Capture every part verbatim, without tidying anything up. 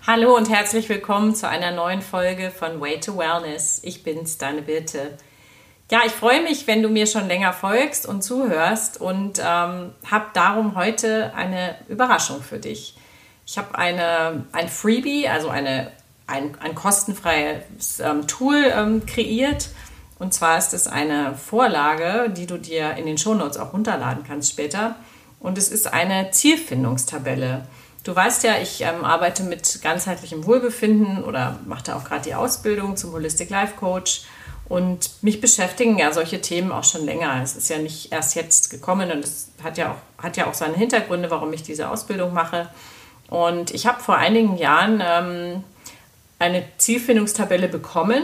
Hallo und herzlich willkommen zu einer neuen Folge von Way to Wellness. Ich bin's, deine Birte. Ja, ich freue mich, wenn du mir schon länger folgst und zuhörst und ähm, habe darum heute eine Überraschung für dich. Ich habe eine, ein Freebie, also eine, ein, ein kostenfreies ähm, Tool ähm, kreiert. Und zwar ist es eine Vorlage, die du dir in den Shownotes auch runterladen kannst später. Und es ist eine Zielfindungstabelle. Du weißt ja, ich ähm, arbeite mit ganzheitlichem Wohlbefinden oder mache da auch gerade die Ausbildung zum Holistic Life Coach. Und mich beschäftigen ja solche Themen auch schon länger. Es ist ja nicht erst jetzt gekommen und es hat ja auch, hat ja auch seine Hintergründe, warum ich diese Ausbildung mache. Und ich habe vor einigen Jahren ähm, eine Zielfindungstabelle bekommen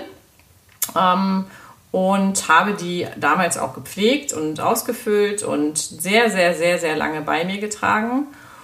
ähm, und habe die damals auch gepflegt und ausgefüllt und sehr, sehr, sehr, sehr lange bei mir getragen.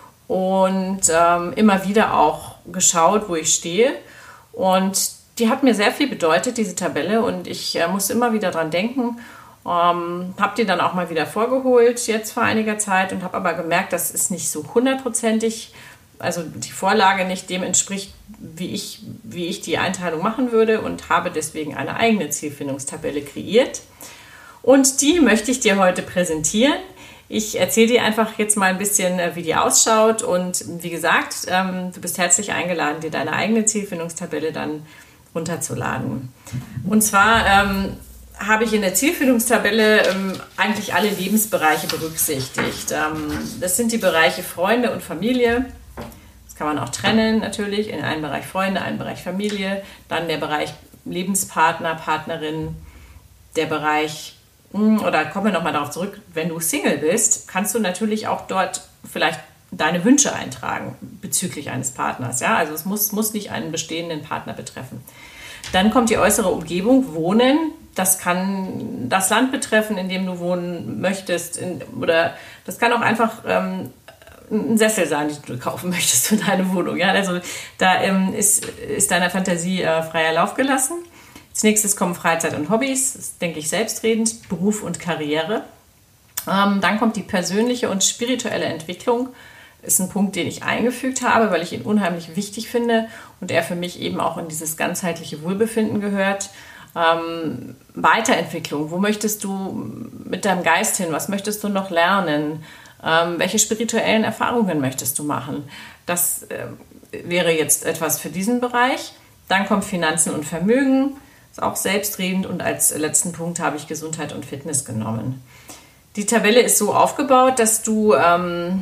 Und ähm, immer wieder auch geschaut, wo ich stehe. Und die hat mir sehr viel bedeutet, diese Tabelle. Und ich äh, musste immer wieder dran denken. Ähm, habe die dann auch mal wieder vorgeholt, jetzt vor einiger Zeit. Und habe aber gemerkt, das ist nicht so hundertprozentig, also die Vorlage nicht dem entspricht, wie ich, wie ich die Einteilung machen würde. Und habe deswegen eine eigene Zielfindungstabelle kreiert. Und die möchte ich dir heute präsentieren. Ich erzähle dir einfach jetzt mal ein bisschen, wie die ausschaut und wie gesagt, ähm, du bist herzlich eingeladen, dir deine eigene Zielfindungstabelle dann runterzuladen. Und zwar ähm, habe ich in der Zielfindungstabelle ähm, eigentlich alle Lebensbereiche berücksichtigt. Ähm, das sind die Bereiche Freunde und Familie. Das kann man auch trennen natürlich, in einen Bereich Freunde, einen Bereich Familie, dann der Bereich Lebenspartner, Partnerin, der Bereich oder kommen wir nochmal darauf zurück, wenn du Single bist, kannst du natürlich auch dort vielleicht deine Wünsche eintragen bezüglich eines Partners. Ja? Also es muss, muss nicht einen bestehenden Partner betreffen. Dann kommt die äußere Umgebung, Wohnen. Das kann das Land betreffen, in dem du wohnen möchtest. In, oder das kann auch einfach ähm, ein Sessel sein, den du kaufen möchtest für deine Wohnung. Ja? Also da ähm, ist, ist deiner Fantasie äh, freier Lauf gelassen. Als nächstes kommen Freizeit und Hobbys, das ist, denke ich, selbstredend, Beruf und Karriere. Ähm, dann kommt die persönliche und spirituelle Entwicklung. Ist ein Punkt, den ich eingefügt habe, weil ich ihn unheimlich wichtig finde und er für mich eben auch in dieses ganzheitliche Wohlbefinden gehört. Ähm, Weiterentwicklung, wo möchtest du mit deinem Geist hin? Was möchtest du noch lernen? Ähm, welche spirituellen Erfahrungen möchtest du machen? Das äh, wäre jetzt etwas für diesen Bereich. Dann kommt Finanzen und Vermögen. Ist auch selbstredend und als letzten Punkt habe ich Gesundheit und Fitness genommen. Die Tabelle ist so aufgebaut, dass du ähm,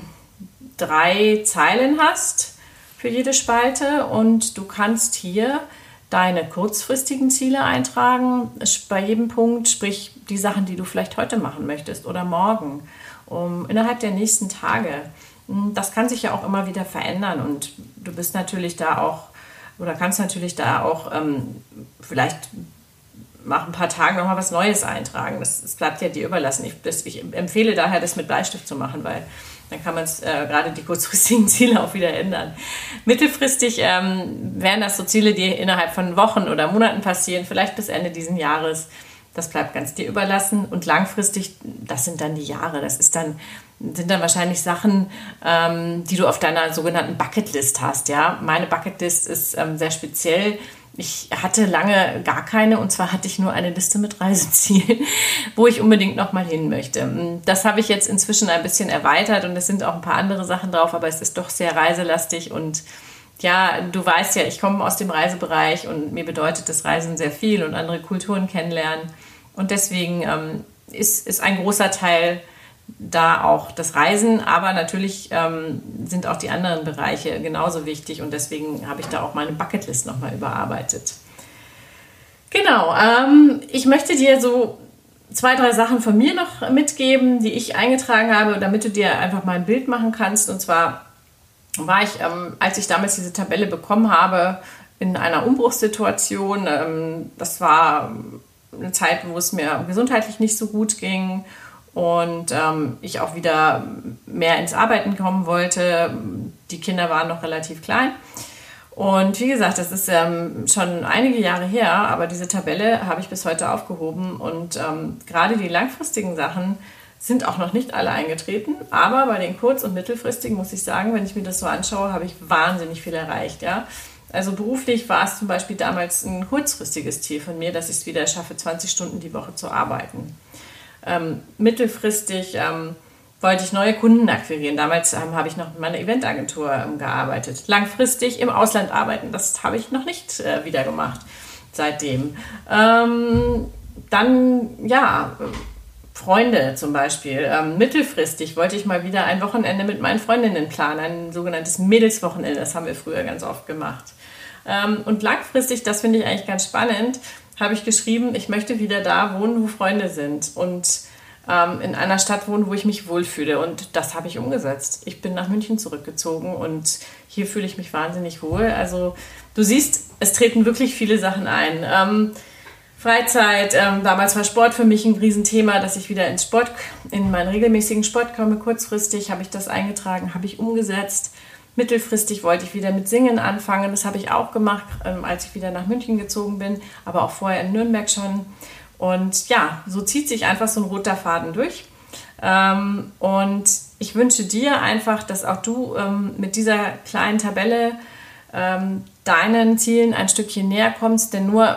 drei Zeilen hast für jede Spalte und du kannst hier deine kurzfristigen Ziele eintragen bei jedem Punkt, sprich die Sachen, die du vielleicht heute machen möchtest oder morgen, um, innerhalb der nächsten Tage. Das kann sich ja auch immer wieder verändern und du bist natürlich da auch Oder kannst natürlich da auch ähm, vielleicht nach ein paar Tagen nochmal was Neues eintragen. Das, das bleibt ja dir überlassen. Ich, das, ich empfehle daher, das mit Bleistift zu machen, weil dann kann man es äh, gerade die kurzfristigen Ziele auch wieder ändern. Mittelfristig ähm, wären das so Ziele, die innerhalb von Wochen oder Monaten passieren, vielleicht bis Ende dieses Jahres. Das bleibt ganz dir überlassen. Und langfristig, das sind dann die Jahre. Das ist dann, sind dann wahrscheinlich Sachen, ähm, die du auf deiner sogenannten Bucketlist hast. Ja? Meine Bucketlist ist ähm, sehr speziell. Ich hatte lange gar keine und zwar hatte ich nur eine Liste mit Reisezielen, wo ich unbedingt noch mal hin möchte. Das habe ich jetzt inzwischen ein bisschen erweitert und es sind auch ein paar andere Sachen drauf, aber es ist doch sehr reiselastig und ja, du weißt ja, ich komme aus dem Reisebereich und mir bedeutet das Reisen sehr viel und andere Kulturen kennenlernen. Und deswegen ähm, ist, ist ein großer Teil da auch das Reisen, aber natürlich ähm, sind auch die anderen Bereiche genauso wichtig und deswegen habe ich da auch meine Bucketlist nochmal überarbeitet. Genau, ähm, ich möchte dir so zwei, drei Sachen von mir noch mitgeben, die ich eingetragen habe, damit du dir einfach mal ein Bild machen kannst. Und zwar war ich, ähm, als ich damals diese Tabelle bekommen habe, in einer Umbruchssituation. Ähm, das war eine Zeit, wo es mir gesundheitlich nicht so gut ging und ähm, ich auch wieder mehr ins Arbeiten kommen wollte. Die Kinder waren noch relativ klein. Und wie gesagt, das ist ähm, schon einige Jahre her, aber diese Tabelle habe ich bis heute aufgehoben und ähm, gerade die langfristigen Sachen sind auch noch nicht alle eingetreten, aber bei den kurz- und mittelfristigen muss ich sagen, wenn ich mir das so anschaue, habe ich wahnsinnig viel erreicht. Ja? Also beruflich war es zum Beispiel damals ein kurzfristiges Ziel von mir, dass ich es wieder schaffe, zwanzig Stunden die Woche zu arbeiten. Ähm, mittelfristig ähm, wollte ich neue Kunden akquirieren. Damals ähm, habe ich noch in meiner Eventagentur ähm, gearbeitet. Langfristig im Ausland arbeiten. Das habe ich noch nicht äh, wieder gemacht seitdem. Ähm, dann, ja, Freunde zum Beispiel. Ähm, mittelfristig wollte ich mal wieder ein Wochenende mit meinen Freundinnen planen. Ein sogenanntes Mädelswochenende. Das haben wir früher ganz oft gemacht. Ähm, und langfristig, das finde ich eigentlich ganz spannend, habe ich geschrieben, ich möchte wieder da wohnen, wo Freunde sind und ähm, in einer Stadt wohnen, wo ich mich wohlfühle. Und das habe ich umgesetzt. Ich bin nach München zurückgezogen und hier fühle ich mich wahnsinnig wohl. Also du siehst, es treten wirklich viele Sachen ein. Ähm, Freizeit, ähm, damals war Sport für mich ein Riesenthema, dass ich wieder ins Sport, in meinen regelmäßigen Sport komme. Kurzfristig habe ich das eingetragen, habe ich umgesetzt. Mittelfristig wollte ich wieder mit Singen anfangen. Das habe ich auch gemacht, ähm, als ich wieder nach München gezogen bin, aber auch vorher in Nürnberg schon. Und ja, so zieht sich einfach so ein roter Faden durch. Ähm, und ich wünsche dir einfach, dass auch du ähm, mit dieser kleinen Tabelle ähm, deinen Zielen ein Stückchen näher kommst. Denn nur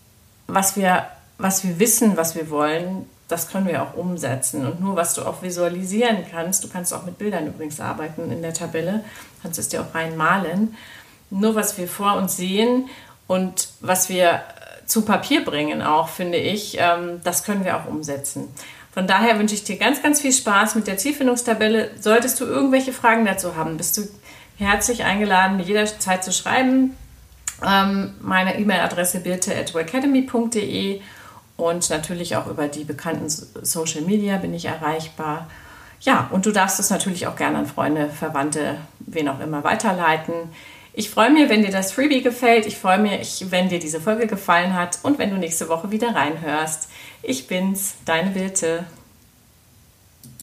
was wir, was wir wissen, was wir wollen, das können wir auch umsetzen. Und nur was du auch visualisieren kannst, du kannst auch mit Bildern übrigens arbeiten in der Tabelle, kannst es dir auch reinmalen. Nur was wir vor uns sehen und was wir zu Papier bringen auch, finde ich, ähm, das können wir auch umsetzen. Von daher wünsche ich dir ganz, ganz viel Spaß mit der Zielfindungstabelle. Solltest du irgendwelche Fragen dazu haben, bist du herzlich eingeladen, mir jederzeit zu schreiben. Ähm, meine E-Mail-Adresse birte at wacademy punkt de und natürlich auch über die bekannten Social Media bin ich erreichbar. Ja, und du darfst es natürlich auch gerne an Freunde, Verwandte, wen auch immer weiterleiten. Ich freue mich, wenn dir das Freebie gefällt. Ich freue mich, wenn dir diese Folge gefallen hat und wenn du nächste Woche wieder reinhörst. Ich bin's, deine Birte.